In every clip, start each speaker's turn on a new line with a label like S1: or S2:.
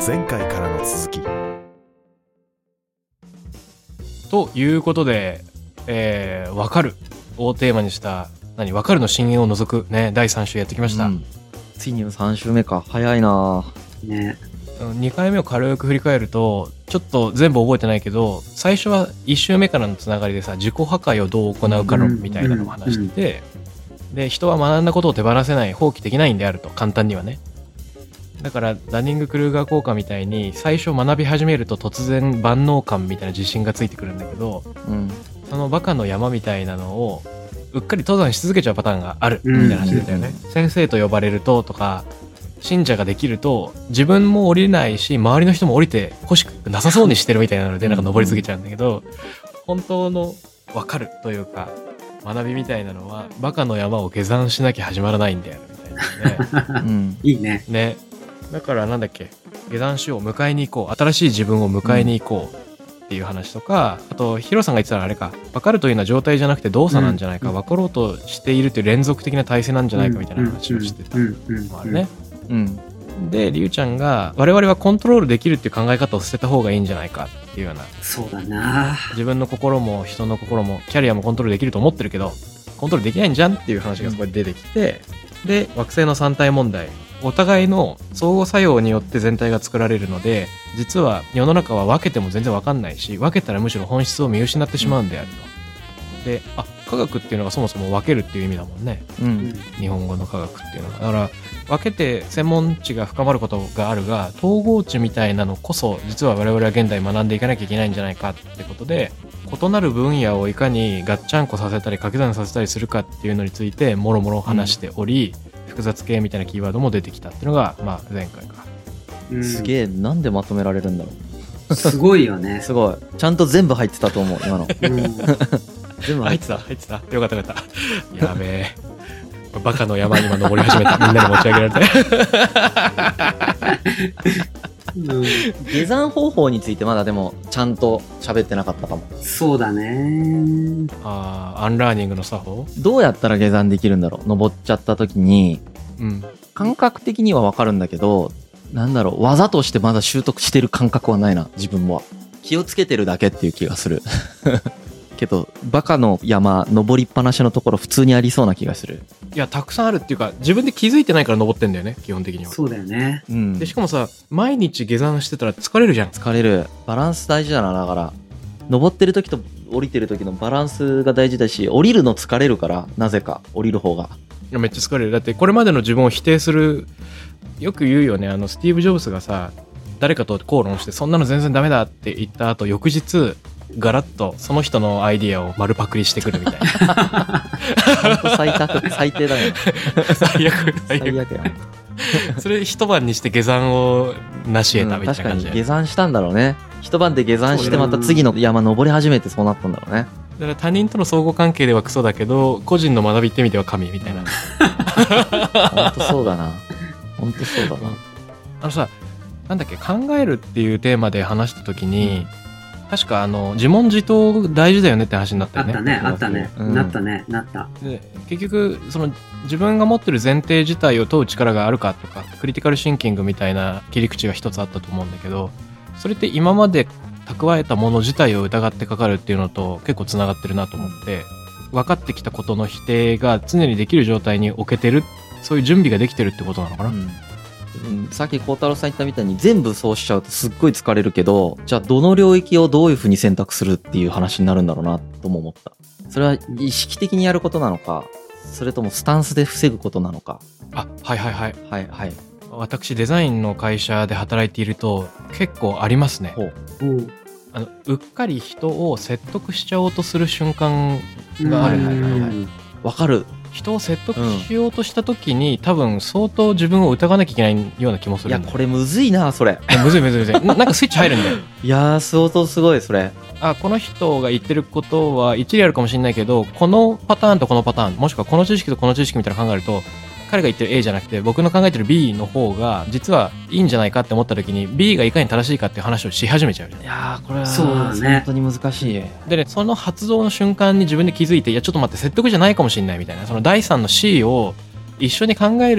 S1: 前回からの続き
S2: ということで、わかるをテーマにしたわかるの深淵を除くね第3週やってきました、
S3: ついに3週目か。早いな
S4: ね。
S2: 2回目を軽く振り返るとちょっと全部覚えてないけど、最初は1週目からのつながりでさ、自己破壊をどう行うか論みたいなのを話してて、で人は学んだことを手放せない、放棄できないんであると、簡単にはね。だからダニング・クルーガー効果みたいに最初学び始めると突然万能感みたいな自信がついてくるんだけど、そのバカの山みたいなのをうっかり登山し続けちゃうパターンがあるみたいな話だったよね、先生と呼ばれるととか信者ができると自分も降りれないし周りの人も降りて欲しくなさそうにしてるみたいなので登りすぎちゃうんだけど、本当の分かるというか学びみたいなのはバカの山を下山しなきゃ始まらないんだよみたいなね
S4: いいね。
S2: ね。だから下山しよう、迎えに行こう、新しい自分を迎えに行こうっていう話とか、あとヒロさんが言ってたらあれか、分かるというのは状態じゃなくて動作なんじゃないか、分かろうとしているという連続的な体制なんじゃないかみたいな話をしてたのもあるね。でリュウちゃんが我々はコントロールできるっていう考え方を捨てた方がいいんじゃないかっていうような、
S4: そうだな。
S2: 自分の心も人の心もキャリアもコントロールできると思ってるけどコントロールできないんじゃんっていう話がそこで出てきて、で惑星の三体問題、お互いの相互作用によって全体が作られるので、実は世の中は分けても全然分かんないし、分けたらむしろ本質を見失ってしまうんであると。で、科学っていうのがそもそも分けるっていう意味だもんね、日本語の科学っていうのが。だから分けて専門知が深まることがあるが、統合知みたいなのこそ実は我々は現代学んでいかなきゃいけないんじゃないかってことで、異なる分野をいかにガッチャンコさせたり掛け算させたりするかっていうのについてもろもろ話しており、複雑系みたいなキーワードも出てきたっていうのが、前回か。
S3: すげえ、なんでまとめられるんだろ
S4: う。すごいよね。
S3: すごい。ちゃんと全部入ってたと思う、今の。
S2: 全部入ってた。よかったよかった。やべえ。バカの山に今登り始めた。みんなに持ち上げられ
S3: て。下山方法についてまだでもちゃんと喋ってなかったかも。
S4: そうだね。
S2: アンラーニングの作法？
S3: どうやったら下山できるんだろう。登っちゃった時に、感覚的にはわかるんだけど、技としてまだ習得してる感覚はないな、自分は。気をつけてるだけっていう気がする。けどバカの山登りっぱなしのところ普通にありそうな気がする。
S2: いや、たくさんあるっていうか、自分で気づいてないから登ってんだよね、基本的には。
S4: そうだよね。
S2: でしかもさ、毎日下山してたら疲れるじゃん。
S3: 疲れる。バランス大事だな。だから登ってる時と降りてる時のバランスが大事だし、降りるの疲れるから、なぜか降りる方が。
S2: いや、めっちゃ疲れる。だってこれまでの自分を否定する、よく言うよね、スティーブ・ジョブズがさ、誰かと口論してそんなの全然ダメだって言った後、翌日ガラッとその人のアイディアを丸パクリしてくるみたいな。
S3: 本当最低だよ。
S2: 最悪や。それ一晩にして下山を成し得たみたいな感じで、
S3: 確かに下山したんだろうね。一晩で下山してまた次の山登り始めてそうなったんだろうね。
S2: だから他人との相互関係ではクソだけど、個人の学びって意味では神みたいな。
S3: 本当そうだな。本当そうだな。
S2: さ、考えるっていうテーマで話した時に、確か自問自答大事だよねって話になったよね。
S4: あったね。なった
S2: で、結局その自分が持ってる前提自体を問う力があるかとか、クリティカルシンキングみたいな切り口が一つあったと思うんだけど、それって今まで蓄えたもの自体を疑ってかかるっていうのと結構つながってるなと思って、分かってきたことの否定が常にできる状態に置けてる、そういう準備ができてるってことなのかな。
S3: さっき孝太郎さん言ったみたいに全部そうしちゃうとすっごい疲れるけど、じゃあどの領域をどういうふうに選択するっていう話になるんだろうなとも思った。それは意識的にやることなのか、それともスタンスで防ぐことなのか。
S2: はい。私デザインの会社で働いていると結構ありますね。うっかり人を説得しちゃおうとする瞬間があるんだよ。
S3: わかる。
S2: 人を説得しようとした時に、多分相当自分を疑わなきゃいけないような気もするんだよ。
S3: いや、これむずいな、それ。
S2: むずいなんかスイッチ入るんだよ。
S3: いやー、相当すごい、それ。
S2: この人が言ってることは一理あるかもしれないけど、このパターンとこのパターン、もしくはこの知識とこの知識みたいな考えると、彼が言ってる A じゃなくて僕の考えてる B の方が実はいいんじゃないかって思った時に B がいかに正しいかっていう話をし始めちゃう。
S3: いやー、これは
S4: そうだね、
S3: 本当に難しい。
S2: でね、その発動の瞬間に自分で気づいて、いやちょっと待って、説得じゃないかもしれないみたいな、その第3の C を一緒に考えるっ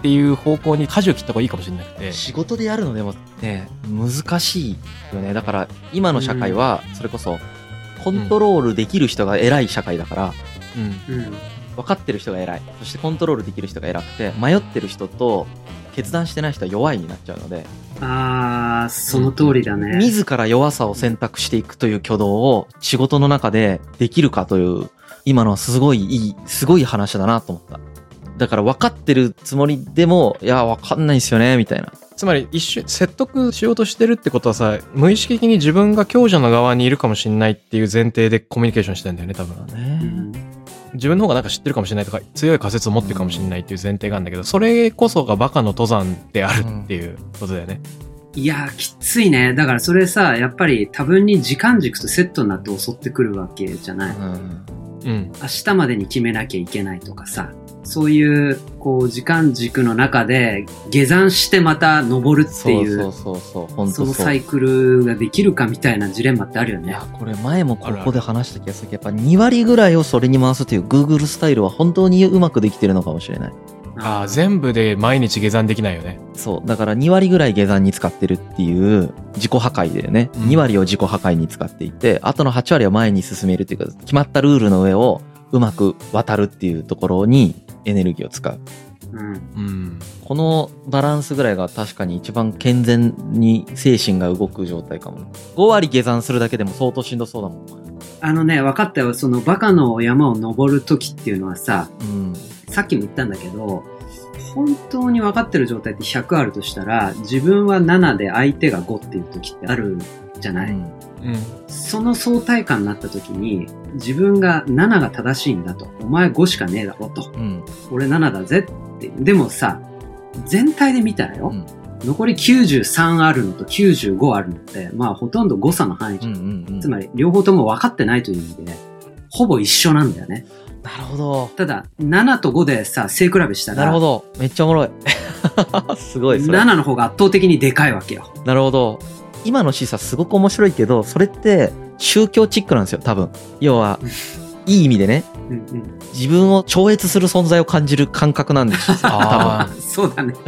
S2: っていう方向に舵を切った方がいいかもしれなくて。
S3: 仕事でやるのでもね、難しいよね。だから今の社会はそれこそコントロールできる人が偉い社会だから、分かってる人が偉い、そしてコントロールできる人が偉くて、迷ってる人と決断してない人は弱いになっちゃうので。
S4: ああ、その通りだね。
S3: 自ら弱さを選択していくという挙動を仕事の中でできるかという、今のはすごい話だなと思った。だから分かってるつもりでも、いや、分かんないんですよね、みたいな。
S2: つまり一瞬説得しようとしてるってことはさ、無意識的に自分が強者の側にいるかもしれないっていう前提でコミュニケーションしてんだよね、多分。自分の方がなんか知ってるかもしれないとか、強い仮説を持ってるかもしれないっていう前提があるんだけど、それこそがバカの登山であるっていうことだよね。
S4: いやー、きついね。だからそれさ、やっぱり多分に時間軸とセットになって襲ってくるわけじゃない。明日までに決めなきゃいけないとかさ、そういう、こう、時間軸の中で下山してまた登るっていう、そのサイクルができるかみたいなジレンマってあるよね。いや、
S3: これ前もここで話した気がするけど、やっぱ2割ぐらいをそれに回すという Google スタイルは本当にうまくできてるのかもしれない。
S2: 全部で毎日下山できないよね。
S3: そう。だから2割ぐらい下山に使ってるっていう自己破壊だよね。2割を自己破壊に使っていて、あとの8割は前に進めるっていうか、決まったルールの上をうまく渡るっていうところにエネルギーを使う。このバランスぐらいが確かに一番健全に精神が動く状態かも。5割下山するだけでも相当しんどそうだもん。
S4: 分かったよ。そのバカの山を登る時っていうのはさ、さっきも言ったんだけど、本当に分かってる状態って100あるとしたら、自分は7で相手が5っていう時ってあるじゃない、その相対感になった時に、自分が7が正しいんだと。お前5しかねえだろと。俺7だぜって。でもさ、全体で見たらよ、残り93あるのと95あるのって、まあほとんど誤差の範囲じゃん。つまり両方とも分かってないという意味で、ほぼ一緒なんだよね。
S3: なるほど。
S4: ただ、7と5でさ、背比べしたら。
S3: なるほど。めっちゃおもろい。すごい。
S4: 7の方が圧倒的にでかいわけよ。
S3: なるほど。今の示唆すごく面白いけど、それって宗教チックなんですよ、多分。要は、いい意味でね。自分を超越する存在を感じる感覚なんですよ。多分。
S4: そうだね。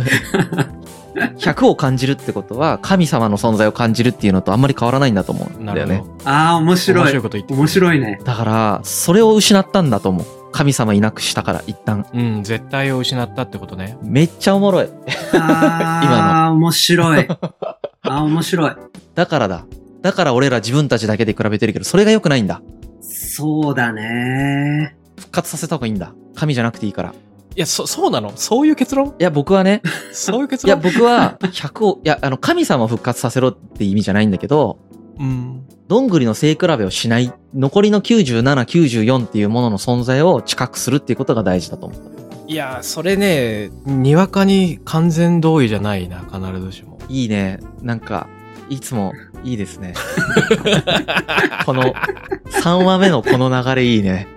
S3: 100を感じるってことは、神様の存在を感じるっていうのとあんまり変わらないんだと思うんだよね。
S4: 面白い。
S2: 面白いこと言って
S4: 面白いね。
S3: だから、それを失ったんだと思う。神様いなくしたから、一旦。
S2: 絶対を失ったってことね。
S3: めっちゃおもろい。
S4: 今の。面白い。面白い。
S3: だからだ。だから俺ら自分たちだけで比べてるけど、それが良くないんだ。
S4: そうだね。
S3: 復活させた方がいいんだ。神じゃなくていいから。
S2: いや、そうなの？そういう結論？
S3: いや、僕はね。
S2: そういう結論？
S3: いや、僕は100を、いや、神様を復活させろって意味じゃないんだけど、どんぐりの背比べをしない、残りの97、94っていうものの存在を知覚するっていうことが大事だと思う。
S2: いや、それね、にわかに完全同意じゃないな、必ずしも。
S3: いいね。なんか、いつもいいですね。この3話目のこの流れいいね。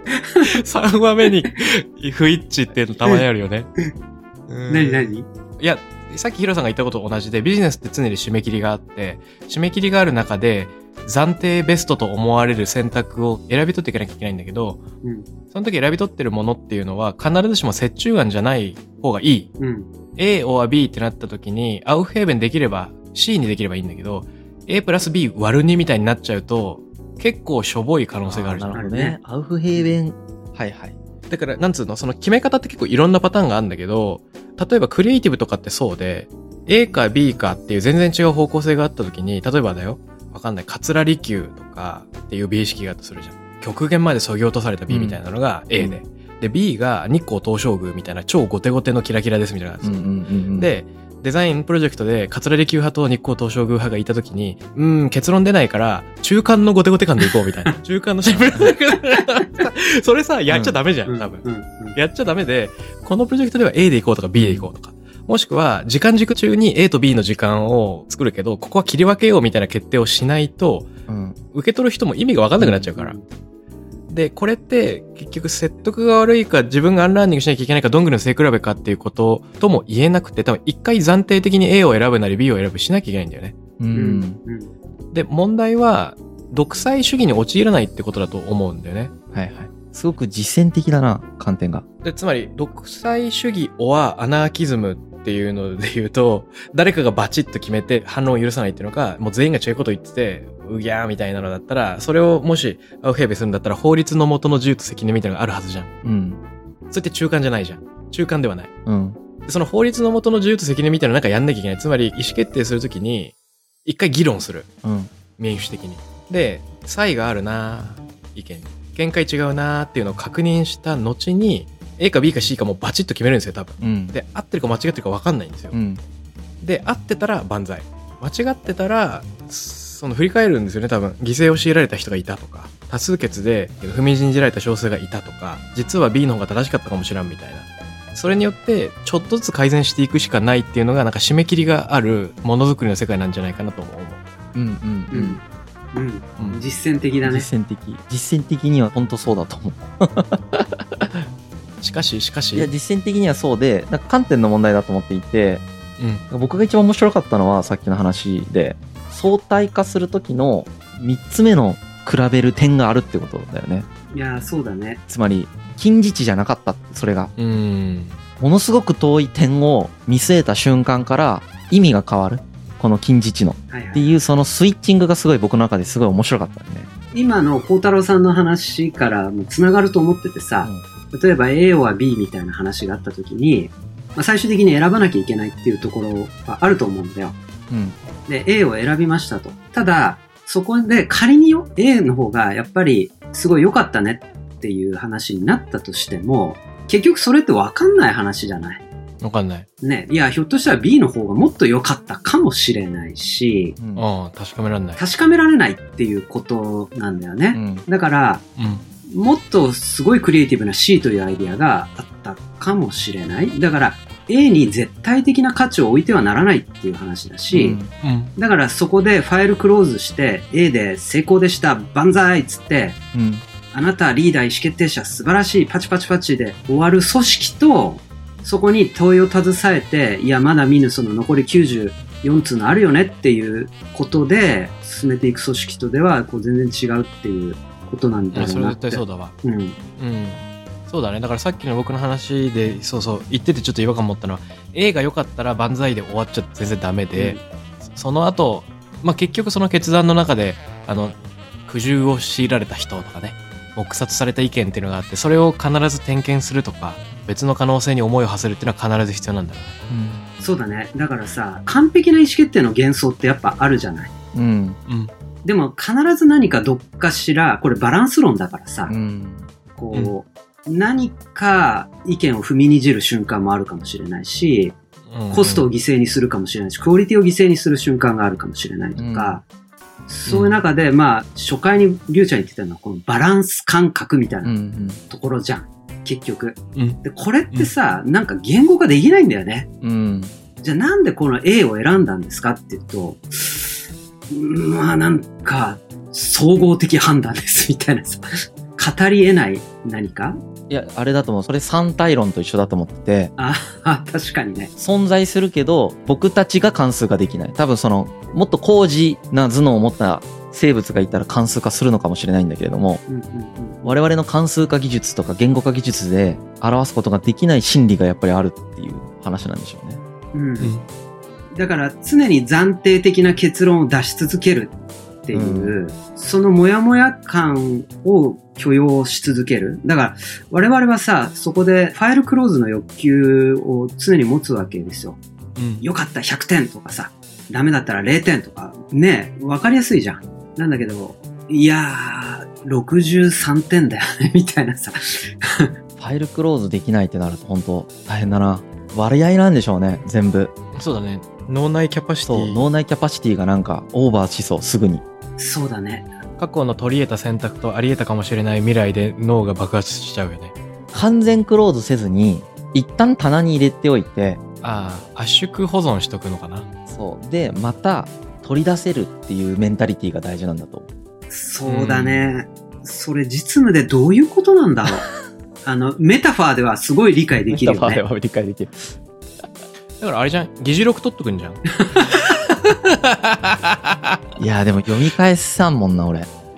S2: 3話目に不一致っていうのたまにあるよね。
S4: 何？
S2: いや、さっきヒロさんが言ったことと同じで、ビジネスって常に締め切りがあって、締め切りがある中で暫定ベストと思われる選択を選び取っていかなきゃいけないんだけど、その時選び取ってるものっていうのは必ずしも折衷案じゃない方がいい。A or B ってなった時にアウフヘーベンできれば C にできればいいんだけど、A プラス B 割る2みたいになっちゃうと結構しょぼい可能性があるじゃん。
S3: なるほどね。アウフヘーベン。はいはい。
S2: だから、なんつうの、その決め方って結構いろんなパターンがあるんだけど、例えばクリエイティブとかってそうで、A か B かっていう全然違う方向性があった時に、例えばだよ、わかんない、桂離宮とかっていう美意識があるとするじゃん。極限まで削ぎ落とされた B みたいなのが A で、で、B が日光東照宮みたいな超ゴテゴテのキラキラですみたいなやつ。で、デザインプロジェクトで桂離宮派と日光東照宮派がいたときに、結論出ないから中間のゴテゴテ感でいこうみたいな。中間のシンプルそれさ、やっちゃダメじゃん、多分。やっちゃダメで、このプロジェクトでは A でいこうとか B でいこうとか。もしくは、時間軸中に A と B の時間を作るけど、ここは切り分けようみたいな決定をしないと、受け取る人も意味が分かんなくなっちゃうから。で、これって結局説得が悪いか自分がアンラーニングしなきゃいけないかどんぐりの背比べかっていうこととも言えなくて、多分一回暫定的に A を選ぶなり B を選ぶしなきゃいけないんだよね。で、問題は独裁主義に陥らないってことだと思うんだよね。
S3: すごく実践的だな、観点が。
S2: で、つまり、独裁主義はアナーキズムっていうので言うと、誰かがバチッと決めて反論を許さないっていうのか、もう全員が違うこと言ってて、うぎゃーみたいなのだったら、それをもしアウフェーベするんだったら、法律の下の自由と責任みたいなのがあるはずじゃん。
S3: うん。
S2: それって中間じゃないじゃん。中間ではない。
S3: うん。
S2: でその法律の下の自由と責任みたいなのなんかやんなきゃいけない。つまり、意思決定するときに、一回議論する。
S3: うん。
S2: 民主的に。で、差異があるな意見。見解違うなっていうのを確認した後に、A か B か C かもうバチッと決めるんですよ、多分。
S3: うん、
S2: で、合ってるか間違ってるか分かんないんですよ。
S3: うん、
S2: で、合ってたら万歳。間違ってたら、その振り返るんですよね、多分。犠牲を強いられた人がいたとか、多数決で踏みにじられた少数がいたとか、実は B の方が正しかったかもしれんみたいな。それによって、ちょっとずつ改善していくしかないっていうのが、なんか締め切りがあるものづくりの世界なんじゃないかなと思う。
S3: うんうんうん。
S4: うん、実践的だね。
S3: 実践的には本当そうだと思う。
S2: しかし。
S3: いや、実践的にはそうで、なんか観点の問題だと思っていて、
S2: うん、
S3: 僕が一番面白かったのはさっきの話で、相対化する時の3つ目の比べる点があるってことだよね。
S4: いや、そうだね。
S3: つまり、近似値じゃなかった、それが。ものすごく遠い点を見据えた瞬間から意味が変わる。この近似値の、はいはい、っていうそのスイッチングがすごい僕の中ですごい面白かったね。
S4: 今の孝太郎さんの話からもつながると思っててさ、例えば A は B みたいな話があった時に、最終的に選ばなきゃいけないっていうところはあると思うんだよ。
S3: うん、
S4: で A を選びましたと。ただそこで仮によ A の方がやっぱりすごい良かったねっていう話になったとしても、結局それって分かんない話じゃない。
S2: わかんない。
S4: ね。いや、ひょっとしたら B の方がもっと良かったかもしれないし、
S2: 確かめられない。
S4: 確かめられないっていうことなんだよね。だから、もっとすごいクリエイティブな C というアイディアがあったかもしれない。だから、A に絶対的な価値を置いてはならないっていう話だし、だからそこでファイルクローズして、A で成功でした、万歳っつって、あなたリーダー意思決定者素晴らしい、パチパチパチで終わる組織と、そこに問いを携えて、いや、まだ見ぬその残り94通のあるよねっていうことで進めていく組織とではこう全然違うっていうことなんだろうなって。
S2: それ絶対そうだわ。そうだね。だからさっきの僕の話で、言っててちょっと違和感持ったのは、A が良かったら万歳で終わっちゃ全然ダメで、その後、結局その決断の中で、苦渋を強いられた人とかね、黙殺された意見っていうのがあって、それを必ず点検するとか、別の可能性に思いを馳せるっていうのは必ず必要なんだろうね。
S4: そうだね。だからさ、完璧な意思決定の幻想ってやっぱあるじゃない。でも必ず何かどっかしら、これバランス論だからさ、何か意見を踏みにじる瞬間もあるかもしれないし、コストを犠牲にするかもしれないし、クオリティを犠牲にする瞬間があるかもしれないとか、そういう中で、初回にリュウちゃん言ってたのは、このバランス感覚みたいなところじゃん。結局。で、これってさ、なんか言語化できないんだよね。じゃあなんでこの A を選んだんですかって言うと、なんか、総合的判断ですみたいなさ、語り得ない何か？
S3: いや、あれだと思う。それ三体論と一緒だと思ってて。
S4: 確かにね。
S3: 存在するけど、僕たちが関数化できない。多分もっと高次な頭脳を持った生物がいたら関数化するのかもしれないんだけれども、我々の関数化技術とか言語化技術で表すことができない心理がやっぱりあるっていう話なんでしょうね。
S4: だから常に暫定的な結論を出し続けるっていう、そのモヤモヤ感を許容し続ける。だから我々はさ、そこでファイルクローズの欲求を常に持つわけですよ。よかった100点とかさ、ダメだったら0点とかね、わかりやすいじゃん。なんだけど、いやー63点だよねみたいなさ
S3: ファイルクローズできないってなると本当大変だな。割合なんでしょうね、全部。
S2: そうだね。脳内キャパシティ。
S3: 脳内キャパシティがなんかオーバーしそう、すぐに。
S4: そうだね。
S2: 過去の取り得た選択とあり得たかもしれない未来で脳が爆発しちゃうよね。
S3: 完全クローズせずに一旦棚に入れておいて、
S2: 圧縮保存しとくのかな。
S3: そうで、また取り出せるっていうメンタリティが大事なんだと。
S4: そうだね。それ実務でどういうことなんだろう。メタファーではすごい理解できるよね。
S3: メタファーでは理解できる。
S2: だからあれじゃん、議事録取っとくんじゃん。
S3: いやでも読み返さんもんな俺。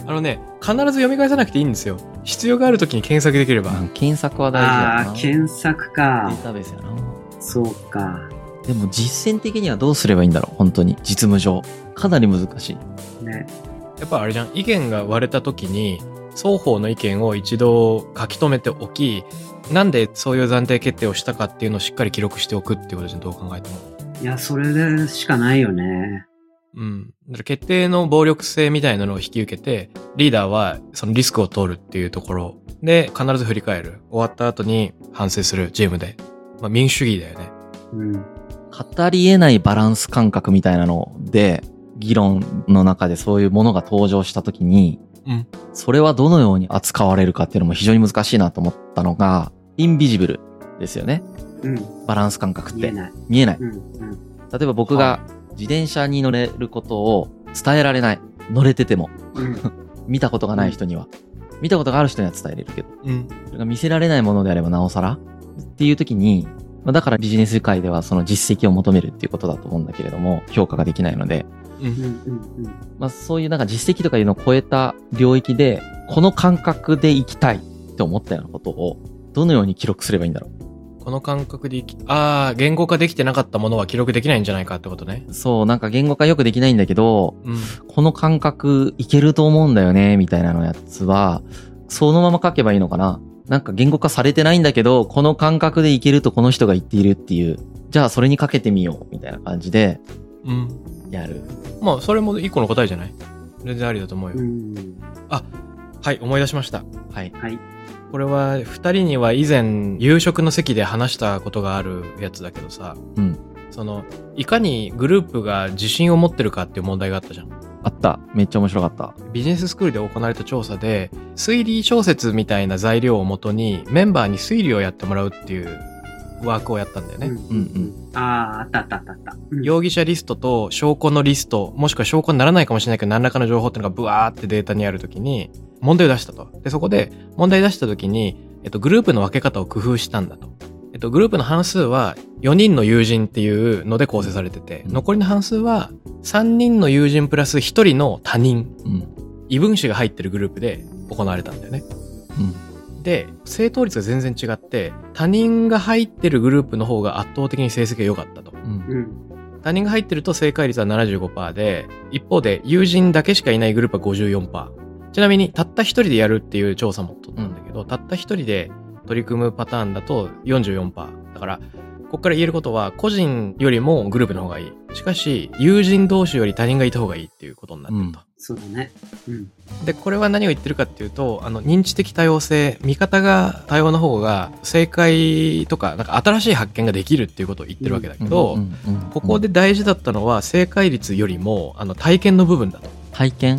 S2: 必ず読み返さなくていいんですよ。必要があるときに検索できれば。
S3: 検索は大事だな。
S4: 検索か。
S3: データベースやな。
S4: そうか。
S3: でも実践的にはどうすればいいんだろう、本当に。実務上。かなり難しい。
S4: ね。
S2: やっぱあれじゃん、意見が割れたときに、双方の意見を一度書き留めておき、なんでそういう暫定決定をしたかっていうのをしっかり記録しておくっていうことじゃん、どう考えても。
S4: いや、それでしかないよね。
S2: だから決定の暴力性みたいなのを引き受けて、リーダーはそのリスクを取るっていうところで必ず振り返る。終わった後に反省する、チームで。民主主義だよね。
S3: 語り得ないバランス感覚みたいなので、議論の中でそういうものが登場したときに、それはどのように扱われるかっていうのも非常に難しいなと思ったのが、インビジブルですよね。バランス感覚って。見えない。例えば僕が自転車に乗れることを伝えられない。乗れてても。見たことがない人には。見たことがある人には伝えれるけど。それが見せられないものであればなおさらっていうときに、だからビジネス界ではその実績を求めるっていうことだと思うんだけれども、評価ができないので。そういうなんか実績とかいうのを超えた領域で、この感覚で生きたいって思ったようなことを、どのように記録すればいいんだろう。
S2: この感覚で言語化できてなかったものは記録できないんじゃないかってことね。
S3: そう、なんか言語化よくできないんだけど、この感覚いけると思うんだよね、みたいなのやつは、そのまま書けばいいのかな。なんか言語化されてないんだけど、この感覚でいけるとこの人が言っているっていう、じゃあそれにかけてみよう、みたいな感じで、やる。
S2: それも一個の答えじゃない？全然ありだと思うよ。はい、思い出しました。
S3: はい。
S2: これは二人には以前夕食の席で話したことがあるやつだけどさ、いかにグループが自信を持ってるかっていう問題があったじゃん。
S3: あった。めっちゃ面白かった。
S2: ビジネススクールで行われた調査で、推理小説みたいな材料をもとにメンバーに推理をやってもらうっていうワークをやったんだよね。
S4: あった。
S2: 容疑者リストと証拠のリスト、もしくは証拠にならないかもしれないけど何らかの情報っていうのがブワーってデータにあるときに問題を出したと。で、そこで問題出したときに、グループの分け方を工夫したんだと。グループの半数は4人の友人っていうので構成されてて、残りの半数は3人の友人プラス1人の他人、異分子が入ってるグループで行われたんだよね。で、正答率が全然違って、他人が入ってるグループの方が圧倒的に成績が良かったと。他人が入ってると正解率は 75% で、一方で友人だけしかいないグループは 54%。ちなみにたった一人でやるっていう調査も取ったんだけど、たった一人で取り組むパターンだと 44%。だから、ここから言えることは、個人よりもグループの方がいい。しかし、友人同士より他人がいた方がいいっていうことになってると。
S4: そうだね。
S2: で、これは何を言ってるかっていうと、認知的多様性、見方が多様な方が、正解とか、なんか新しい発見ができるっていうことを言ってるわけだけど、ここで大事だったのは、正解率よりも、体験の部分だと。
S3: 体験。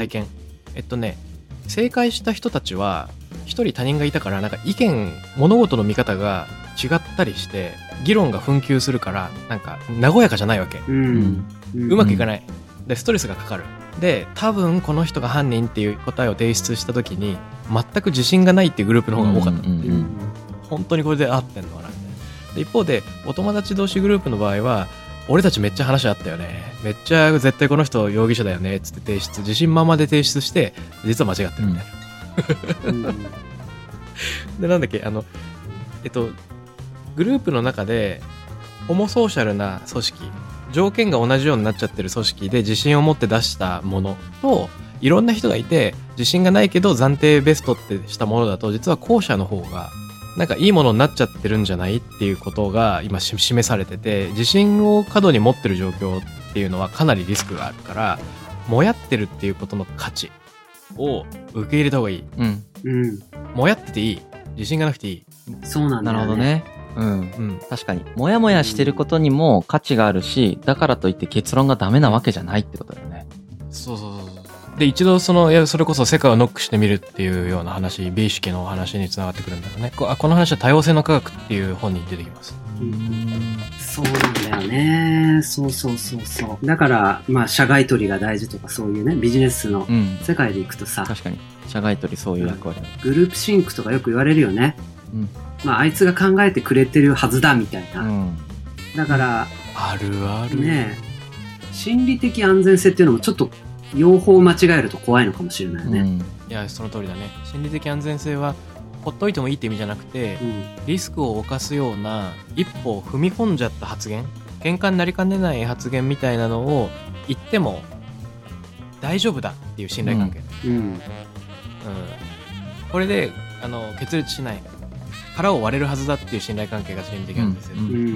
S2: 正解した人たちは、一人他人がいたから、なんか物事の見方が違ったりして、議論が紛糾するから、なんか、和やかじゃないわけ。うまくいかない。で、ストレスがかかる。で、多分この人が犯人っていう答えを提出した時に、全く自信がないっていうグループの方が多かったっていう。本当にこれで合ってんのかなみたいな。で、一方で、お友達同士グループの場合は、俺たちめっちゃ話あったよね。めっちゃ絶対この人容疑者だよね。つって提出、自信満々で提出して、実は間違ってるみたいな。で、なんだっけ、グループの中で、ホモソーシャルな組織、条件が同じようになっちゃってる組織で自信を持って出したものと、いろんな人がいて、自信がないけど暫定ベストってしたものだと、実は後者の方が、なんかいいものになっちゃってるんじゃないっていうことが今示されてて、自信を過度に持ってる状況っていうのはかなりリスクがあるから、もやってるっていうことの価値を受け入れた方がいい。もやってていい。自信がなくていい。
S4: そうなんだよね。
S3: なるほどね。確かに。もやもやしてることにも価値があるし、だからといって結論がダメなわけじゃないってことだよね。
S2: そう。で、一度それこそ世界をノックしてみるっていうような話、美意識の話につながってくるんだろうね。この話は多様性の科学っていう本に出てきます。
S4: そうなんだよね。そう。だから、社外取りが大事とかそういうね、ビジネスの世界でいくとさ。
S3: 確かに。社外取りそういう役割。
S4: グループシンクとかよく言われるよね。あいつが考えてくれてるはずだみたいな。だから、
S2: あるある。
S4: ね、心理的安全性っていうのもちょっと用法を間違えると怖いのかもしれないね。
S2: いや、その通りだね。心理的安全性はほっといてもいいって意味じゃなくて、リスクを冒すような一歩を踏み込んじゃった発言、喧嘩になりかねない発言みたいなのを言っても大丈夫だっていう信頼関係。これで決裂しない、腹を割れるはずだっていう信頼関係が心理的安全性。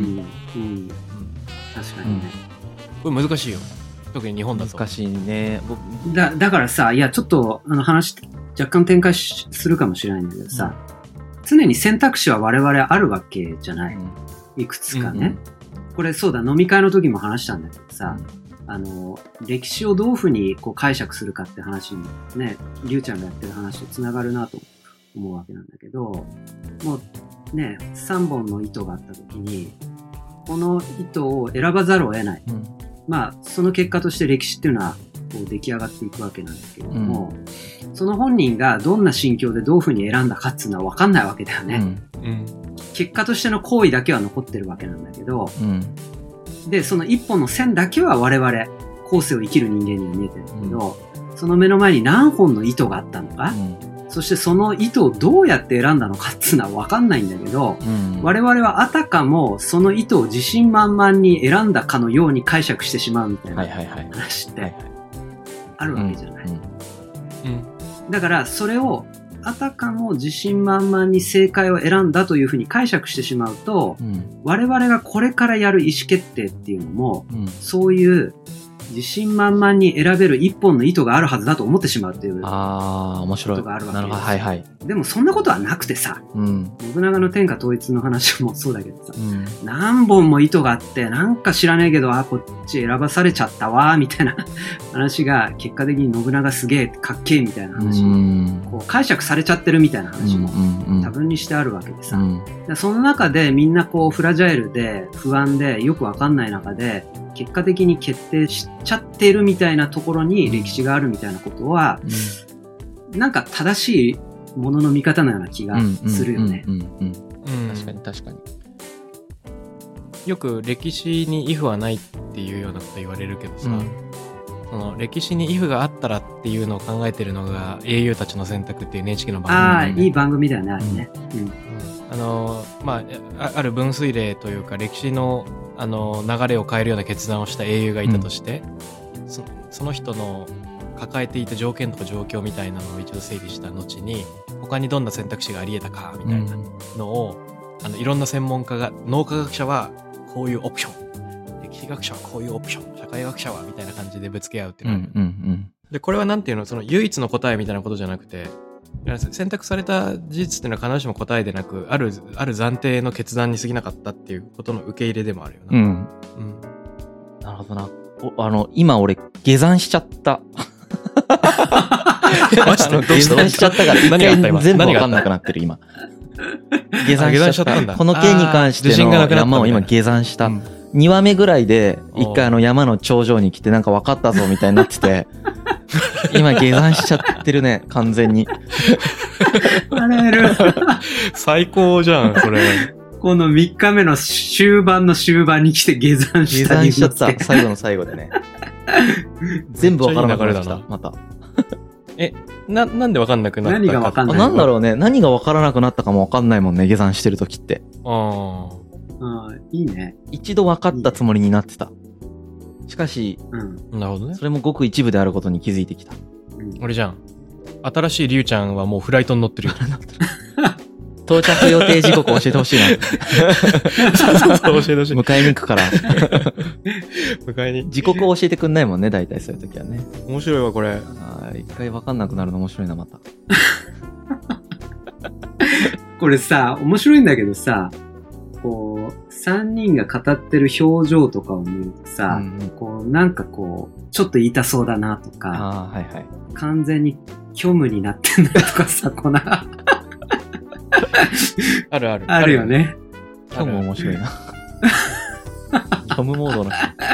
S4: 確かにね。
S2: これ難しいよ。特に日本だと。
S3: 難しいね。
S4: だからさ、いや、ちょっと話若干展開するかもしれないんだけどさ、常に選択肢は我々あるわけじゃない。いくつかね。これそうだ、飲み会の時も話したんだけどさ、歴史をどういうふうにこう解釈するかって話にね、りゅうちゃんがやってる話とつながるなと思うわけなんだけど、もうね、3本の糸があった時に、この糸を選ばざるを得ない。まあ、その結果として歴史っていうのはこう出来上がっていくわけなんだけれども、その本人がどんな心境でどういうふうに選んだかっていうのは分かんないわけだよね。結果としての行為だけは残ってるわけなんだけど、で、その一本の線だけは我々、後世を生きる人間には見えてるんだけど、その目の前に何本の糸があったのか、そしてその糸をどうやって選んだのかっていうのは分かんないんだけど、我々はあたかもその糸を自信満々に選んだかのように解釈してしまうみたいな話ってあるわけじゃない。だからそれをあたかも自信満々に正解を選んだというふうに解釈してしまうと、我々がこれからやる意思決定っていうのも、そういう自信満々に選べる一本の糸があるはずだと思ってしまうっていうことがあるわけです。でもそんなことはなくてさ、信長の天下統一の話もそうだけどさ、何本も糸があってなんか知らねえけど、こっち選ばされちゃったわみたいな話が結果的に信長すげえかっけえみたいな話、こう解釈されちゃってるみたいな話も多分にしてあるわけでさ、その中でみんなこうフラジャイルで不安でよくわかんない中で結果的に決定しちゃっているみたいなところに歴史があるみたいなことは、なんか正しいものの見方のような気がするよね。
S3: 確かに確かに。
S2: よく歴史にイフはないっていうようなこと言われるけどさ、その歴史にイフがあったらっていうのを考えてるのが英雄たちの選択っていう NHK の番組なんで、
S4: いい番組だよね、あれね。
S2: まあ、ある分水嶺というか歴史の流れを変えるような決断をした英雄がいたとして、その人の抱えていた条件とか状況みたいなのを一度整理した後に、他にどんな選択肢があり得たかみたいなのを、いろんな専門家が、脳科学者はこういうオプション、歴史学者はこういうオプション、社会学者はみたいな感じでぶつけ合うっていうので、これはなんていうの、その唯一の答えみたいなことじゃなくて、選択された事実っていうのは必ずしも答えでなく、ある暫定の決断に過ぎなかったっていうことの受け入れでもあるよな。
S3: なるほどな。今俺下山しちゃった。下山しちゃったから一回全部わかんなくなってる今。下山しちゃった。この件に関しての山を今下山した。2話目ぐらいで一回山の頂上に来てなんか分かったぞみたいになってて、今下山しちゃってるね、完全に。
S4: 笑える。
S2: 最高じゃん、それ。
S4: この3日目の終盤の終盤に来て下山した。
S3: 下山しちゃった、最後の最後でね。全部分からなくなってきた、また。
S2: なんで分かんなくなったか。
S4: 何が分かんない
S3: なんだろうね、何が分からなくなったかも分かんないもんね、下山してる時って。
S4: いいね。
S3: 一度分かったつもりになってた。しかし、
S2: なるほどね。
S3: それもごく一部であることに気づいてきた。
S2: 俺じゃん。新しいリュウちゃんはもうフライトに乗ってるよ。
S3: 到着予定時刻教えてほしいな。
S2: そう教えてほしい。
S3: 迎えに行くから。
S2: 迎えに。
S3: 時刻教えてくんないもんね、大体そういう時はね。
S2: 面白いわ、これ。
S3: 一回分かんなくなるの面白いな、また。
S4: これさ、面白いんだけどさ、こう、3人が語ってる表情とかを見るとさ、こう、なんかこう、ちょっと言いたそうだなとか、完全に虚無になってんだとかさ、こんな。
S2: あるある。
S4: あるよね。
S3: 虚無面白いな。虚無モードの。だか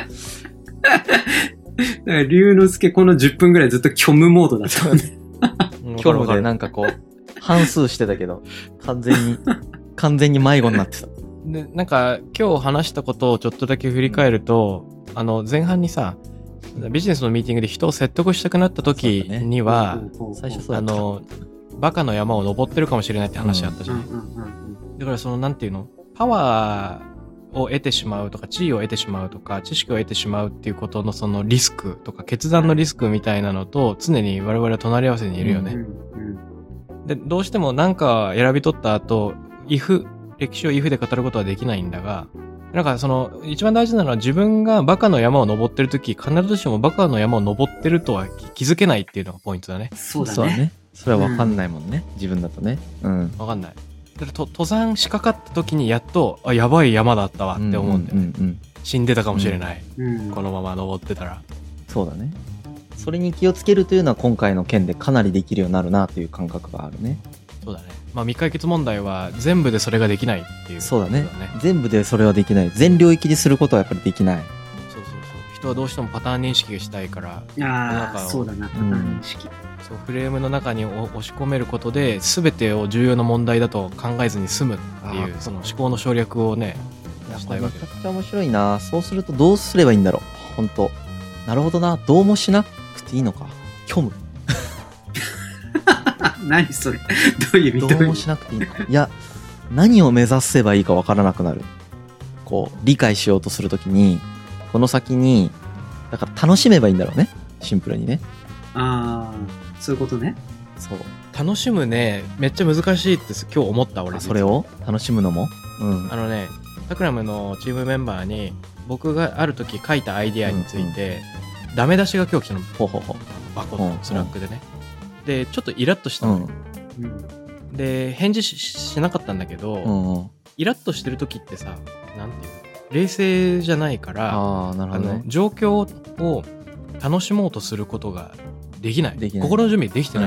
S4: ら、龍之介この10分ぐらいずっと虚無モードだったもんね。
S3: 虚無でなんかこう、反数してたけど、完全に迷子になってた。
S2: で、なんか今日話したことをちょっとだけ振り返ると、前半にさ、 ビジネスのミーティングで人を説得したくなった時には、
S3: 最初そうだった。
S2: バカの山を登ってるかもしれないって話あったじゃない。だからそのなんていうの、パワーを得てしまうとか地位を得てしまうとか知識を得てしまうっていうことのそのリスクとか決断のリスクみたいなのと常に我々は隣り合わせにいるよね。でどうしても何か選び取った後歴史をイフで語ることはできないんだが、なんかその一番大事なのは自分がバカの山を登ってる時必ずしもバカの山を登ってるとは気づけないっていうのがポイントだね。
S4: そうだね。
S3: それは分かんないもんね、自分だとね。分
S2: かんない。だから登山しかかった時にやっとやばい山だったわって思うんだよね。死んでたかもしれない、このまま登ってたら。
S3: そうだね。それに気をつけるというのは今回の件でかなりできるようになるなという感覚があるね。
S2: そうだね。まあ未解決問題は全部でそれができないっていう、
S3: そうだね。全部でそれはできない。全領域にすることはやっぱりできない。
S2: そう人はどうしてもパターン認識がしたいから、
S4: そうだな、パターン認識。
S2: そうフレームの中に押し込めることで全てを重要な問題だと考えずに済むっていうその思考の省略をねしたいわけ。
S3: めちゃくちゃ面白いな。そうするとどうすればいいんだろう。本当なるほどな。どうもしなくていいのか。虚無
S4: 何それどういう意味。
S3: どうもしなくていいのか。いや何を目指せばいいか分からなくなる。こう理解しようとするときにこの先にだから楽しめばいいんだろうね。シンプルにね。
S4: そういうことね。
S2: そう楽しむねめっちゃ難しいって今日思った俺。
S3: それを楽しむのも、
S2: タクラムのチームメンバーに僕がある時書いたアイディアについて、ダメ出しが今日来たの。バコッとスラックでね。でちょっとイラッとしたの、で返事 しなかったんだけど、イラッとしてる時ってさなんていうの冷静じゃないから、
S3: なるほどね、
S2: 状況を楽しもうとすることができない。心の準備できてない。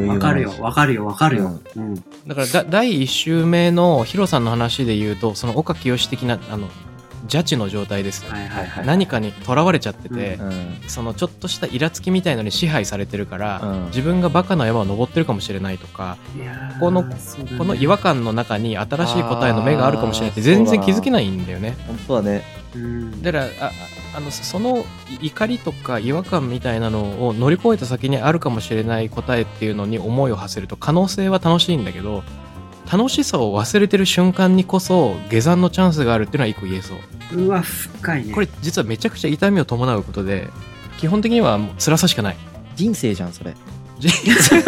S4: わかるよ。
S2: だから第1週目のヒロさんの話で言うと、その岡清的な邪智の状態ですよ。何かにとらわれちゃってて、そのちょっとしたイラつきみたいのに支配されてるから、自分がバカな山を登ってるかもしれないとか、この違和感の中に新しい答えの目があるかもしれないって全然気づけないんだよね。
S3: 本当だね。
S2: だからその怒りとか違和感みたいなのを乗り越えた先にあるかもしれない答えっていうのに思いを馳せると可能性は楽しいんだけど、楽しさを忘れてる瞬間にこそ下山のチャンスがあるっていうのは一個言えそう。
S4: うわ深いね。こ
S2: れ実はめちゃくちゃ痛みを伴うことで、基本的にはもう辛さしかない。
S3: 人生じゃんそれ。
S2: 人生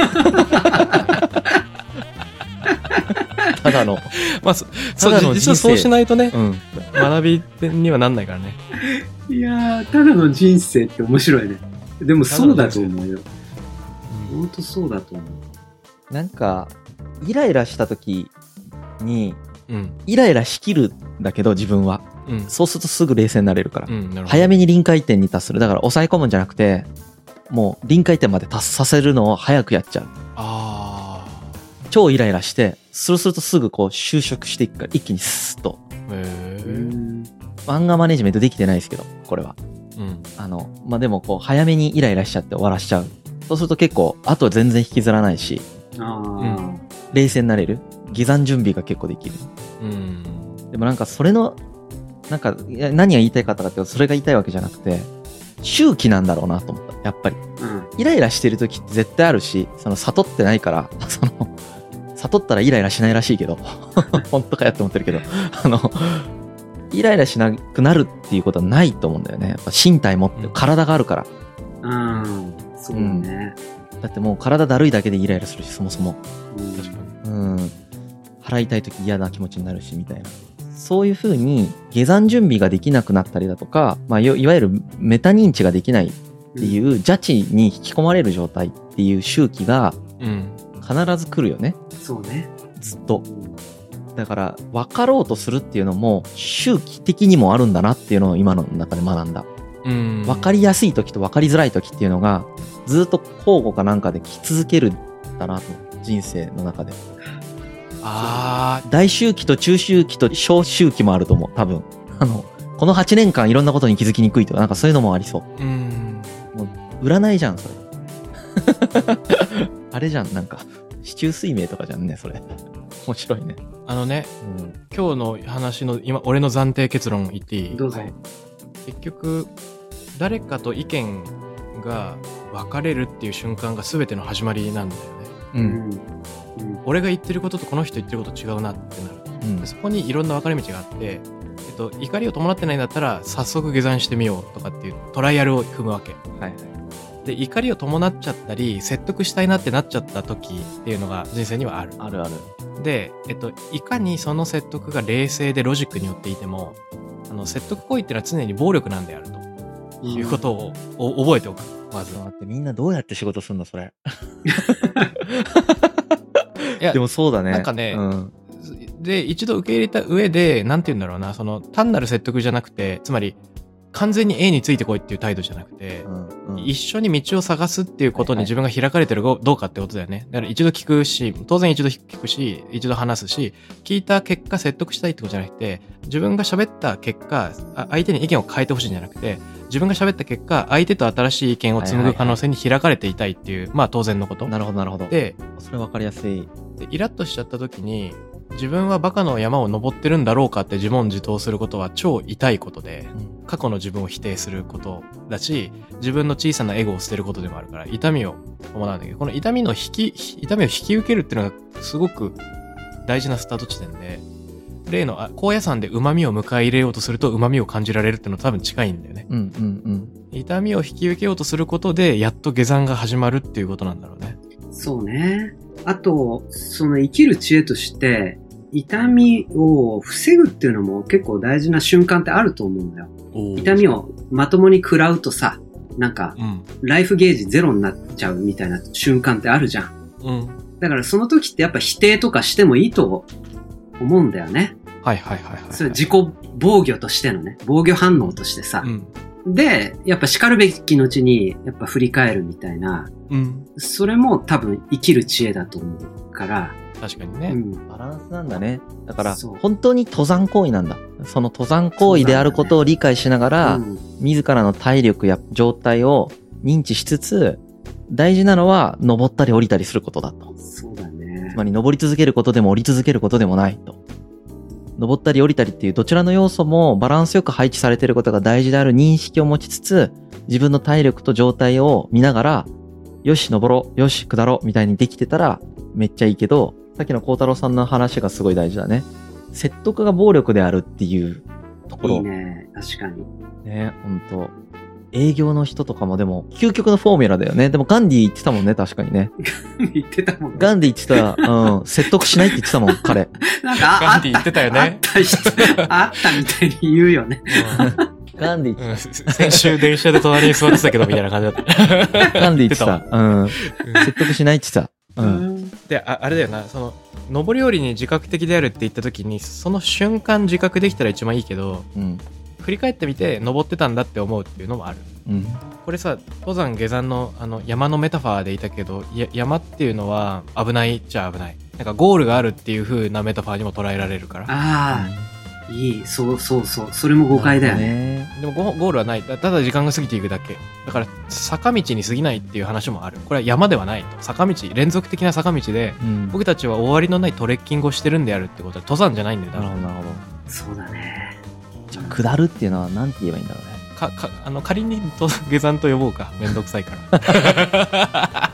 S3: ただの
S2: まあそう実はそうしないとね、学びにはなんないからね。
S4: いやただの人生って面白いね。でもそうだと思うよ。本当そうだと思う。
S3: なんかイライラした時に、イライラしきるんだけど自分は、そうするとすぐ冷静になれるから、早めに臨界点に達する。だから抑え込むんじゃなくてもう臨界点まで達させるのを早くやっちゃう。超イライラしてそうするとすぐこう収縮していくから一気にスッと。アンガーマネジメントできてないですけどこれは、でもこう早めにイライラしちゃって終わらしちゃう。そうすると結構あとは全然引きずらないし、冷静になれる。下山準備が結構できる。でもなんかそれのなんか何が言いたいかったかっていうとそれが言いたいわけじゃなくて周期なんだろうなと思った。やっぱり、イライラしてる時って絶対あるし、その悟ってないから悟ったらイライラしないらしいけど本当かよって思ってるけどイライラしなくなるっていうことはないと思うんだよね。やっぱ身体持ってる体があるから。
S4: そうだね。
S3: だってもう体だるいだけでイライラするしそもそも。確かに。払いたい時嫌な気持ちになるしみたいな。そういう風に下山準備ができなくなったりだとか、いわゆるメタ認知ができないっていう邪智に引き込まれる状態っていう周期が必ず来るよね。
S4: そうね。
S3: ずっと。だから分かろうとするっていうのも周期的にもあるんだなっていうのを今の中で学んだ。分かりやすい時と分かりづらい時っていうのがずっと交互かなんかで来続けるんだなと、人生の中で。大周期と中周期と小周期もあると思う多分。この8年間いろんなことに気づきにくいとかなんかそういうのもありそう。もう占いじゃんそれあれじゃん、なんか四柱推命とかじゃんねそれ。面白いね。
S2: 今日の話の今俺の暫定結論言っていい？
S4: どうぞ。
S2: 結局誰かと意見が分かれるっていう瞬間が全ての始まりなんだよね。うん。俺が言ってることとこの人言ってること違うなってなる。うん、そこにいろんな分かれ道があって、怒りを伴ってないんだったら早速下山してみようとかっていうトライアルを踏むわけ。はいはい。で、怒りを伴っちゃったり説得したいなってなっちゃった時っていうのが人生にはある。
S3: あるある。
S2: で、いかにその説得が冷静でロジックによっていても、説得行為っていうのは常に暴力なんであるということを、覚えておく。まず。
S3: 待って、みんなどうやって仕事するのそれ。いや、でもそうだね。
S2: なんかね、で、一度受け入れた上で、なんて言うんだろうな、単なる説得じゃなくて、つまり、完全に A についてこいっていう態度じゃなくて、一緒に道を探すっていうことに自分が開かれてるかどうかってことだよね。だから一度聞くし、当然一度聞くし、一度話すし、聞いた結果説得したいってことじゃなくて、自分が喋った結果、相手に意見を変えてほしいんじゃなくて、自分が喋った結果、相手と新しい意見を紡ぐ可能性に開かれていたいっていう、まあ当然のこと。
S3: なるほどなるほど。
S2: で、
S3: それ分かりやすい。
S2: で、イラッとしちゃった時に、自分はバカの山を登ってるんだろうかって自問自答することは超痛いことで、過去の自分を否定することだし、自分の小さなエゴを捨てることでもあるから、痛みを伴うんだけど、この痛みを引き受けるっていうのがすごく大事なスタート地点で、例の高野山で旨味を迎え入れようとすると旨味を感じられるっていうのと多分近いんだよね。痛みを引き受けようとすることで、やっと下山が始まるっていうことなんだろうね。
S4: そうね。あと、生きる知恵として、痛みを防ぐっていうのも結構大事な瞬間ってあると思うんだよ。痛みをまともに食らうとさ、なんか、ライフゲージゼロになっちゃうみたいな瞬間ってあるじゃん。だからその時ってやっぱ否定とかしてもいいと思うんだよね。
S2: はいはいはいはい。
S4: それ自己防御としてのね、防御反応としてさ。で、やっぱ叱るべき後に、やっぱ振り返るみたいな。それも多分生きる知恵だと思うから。
S2: 確かにね。
S3: バランスなんだね。だから、本当に登山行為なんだ。その登山行為であることを理解しながら、自らの体力や状態を認知しつつ、大事なのは登ったり降りたりすることだと。
S4: そうだね。
S3: つまり登り続けることでも降り続けることでもないと。登ったり降りたりっていうどちらの要素もバランスよく配置されていることが大事である認識を持ちつつ、自分の体力と状態を見ながら、よし登ろう、よし下ろうみたいにできてたらめっちゃいいけど、さっきの孝太郎さんの話がすごい大事だね。説得が暴力であるっていうところ。
S4: いいね、確かに。
S3: ね、ほんと。営業の人とかもでも、究極のフォーミュラだよね。でもガンディ言ってたもんね、確かにね。
S4: 言ってたもんね。
S3: ガンディ言ってた、説得しないって言ってたもん、彼。
S2: なんか、ガンディ言ってたよね。
S4: あったみたいに言うよね。
S3: ガンディ言ってた。
S2: 先週電車で隣に座ってたけど、みたいな感じだった。
S3: ガンディ言ってた。説得しないって言って
S2: た。で、あれだよな、上り下りに自覚的であるって言った時に、その瞬間自覚できたら一番いいけど、振り返ってみて登ってたんだって思うっていうのもある。これさ、登山下山の山のメタファーでいたけど、山っていうのは危ないっちゃ危ない。なんかゴールがあるっていう風なメタファーにも捉えられるから。
S4: ああ、いい。そう。それも誤解だよね。
S2: でもゴールはない。ただ時間が過ぎていくだけ。だから坂道に過ぎないっていう話もある。これは山ではないと。坂道、連続的な坂道で、僕たちは終わりのないトレッキングをしてるんであるってことは登山じゃないんだよ。
S3: なるほど。
S4: そうだね。
S3: じゃあ下るっていうのは何て言えばいいんだろうね。
S2: 仮に下山と呼ぼうか。めんどくさいから。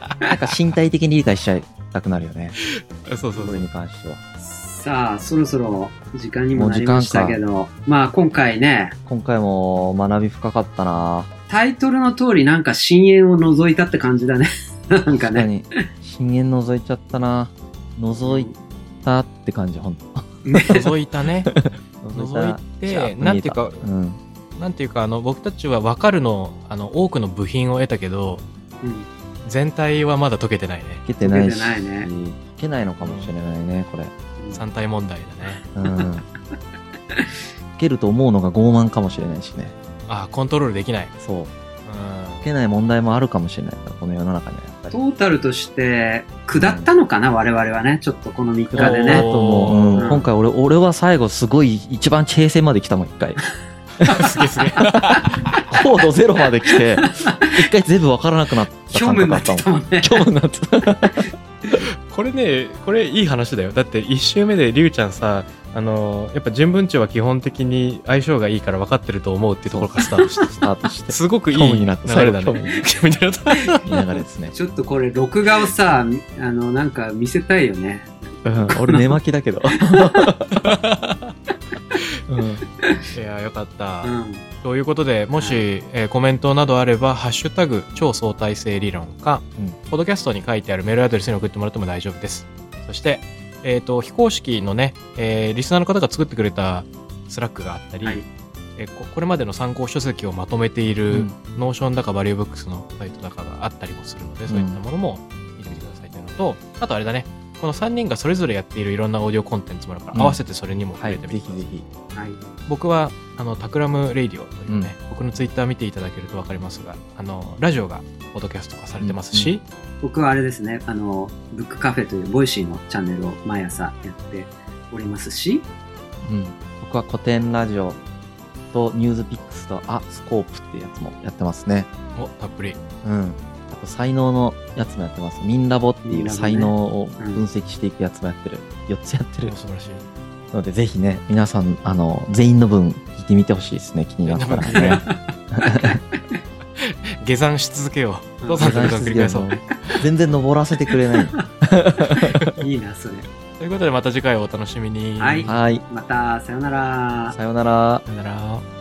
S3: なんか身体的に理解しちゃいたくなるよね。
S2: そう。
S3: それに関しては。
S4: さあ、そろそろ時間にもなりましたけど、まあ今回
S3: も学び深かったな。
S4: タイトルの通りなんか深淵を覗いたって感じだね。なんかね。
S3: 深淵覗いちゃったな。覗いたって感じ、ほんと。
S2: 覗いたね。覗いて、なんていうか、僕たちは分かるの、多くの部品を得たけど、全体はまだ解けてないね。
S3: 解けてないし、解けないのかもしれないね、これ。
S2: 3体問題だね。
S3: 解けると思うのが傲慢かもしれないしね。
S2: コントロールできない。
S3: そう。解けない問題もあるかもしれないから、この世の中にはやっぱり。
S4: トータルとして下ったのかな、我々はね。ちょっとこの3日でね。
S3: 今回俺は最後すごい一番地平線まで来たもん、一回。
S2: すげえ。
S3: 高度ゼロまで来て、一回全部分からなくなった感覚あったもん。虚無になってた。
S2: これいい話だよ。だって1周目でリュウちゃんさ、 やっぱ純文鳥は基本的に相性がいいから分かってると思うっていうところからスタートしてすごくいい流れだね。
S3: いい流れですね。
S4: ちょっとこれ録画をさ、なんか見せたいよね。
S3: 俺寝巻きだけど。
S2: いやよかった、ということでもし、コメントなどあればハッシュタグ超相対性理論か、ポッドキャストに書いてあるメールアドレスに送ってもらっても大丈夫です。そして非公式のね、リスナーの方が作ってくれたスラックがあったり、これまでの参考書籍をまとめているノーションだかバリューブックスのサイトだかがあったりもするので、そういったものも見てみてくださいというのと、あとあれだね、この3人がそれぞれやっているいろんなオーディオコンテンツもあるから、合わせてそれにも触れてみてください。ぜひぜひ。僕はタクラムレイディオというね、僕のツイッター見ていただけると分かりますが、ラジオがポッドキャスト化されてますし、
S4: 僕はあれですね、ブックカフェというボイシーのチャンネルを毎朝やっておりますし、
S3: 僕は古典ラジオとニュースピックスとスコープっていうやつもやってますね。
S2: たっぷり。
S3: あと才能のやつもやってます。ミンラボっていう才能を分析していくやつもやってる。4つやってる。
S2: 素晴らしい。
S3: のでぜひね、皆さん全員の分聞いてみてほしいですね。気になったらね。
S2: 下山し続けよう。どうぞ繰り返そう。
S3: 全然登らせてくれない。
S4: いいなそれ。
S2: ということでまた次回をお楽しみに。
S4: はい。またさよなら。
S3: さよなら。
S2: さよなら。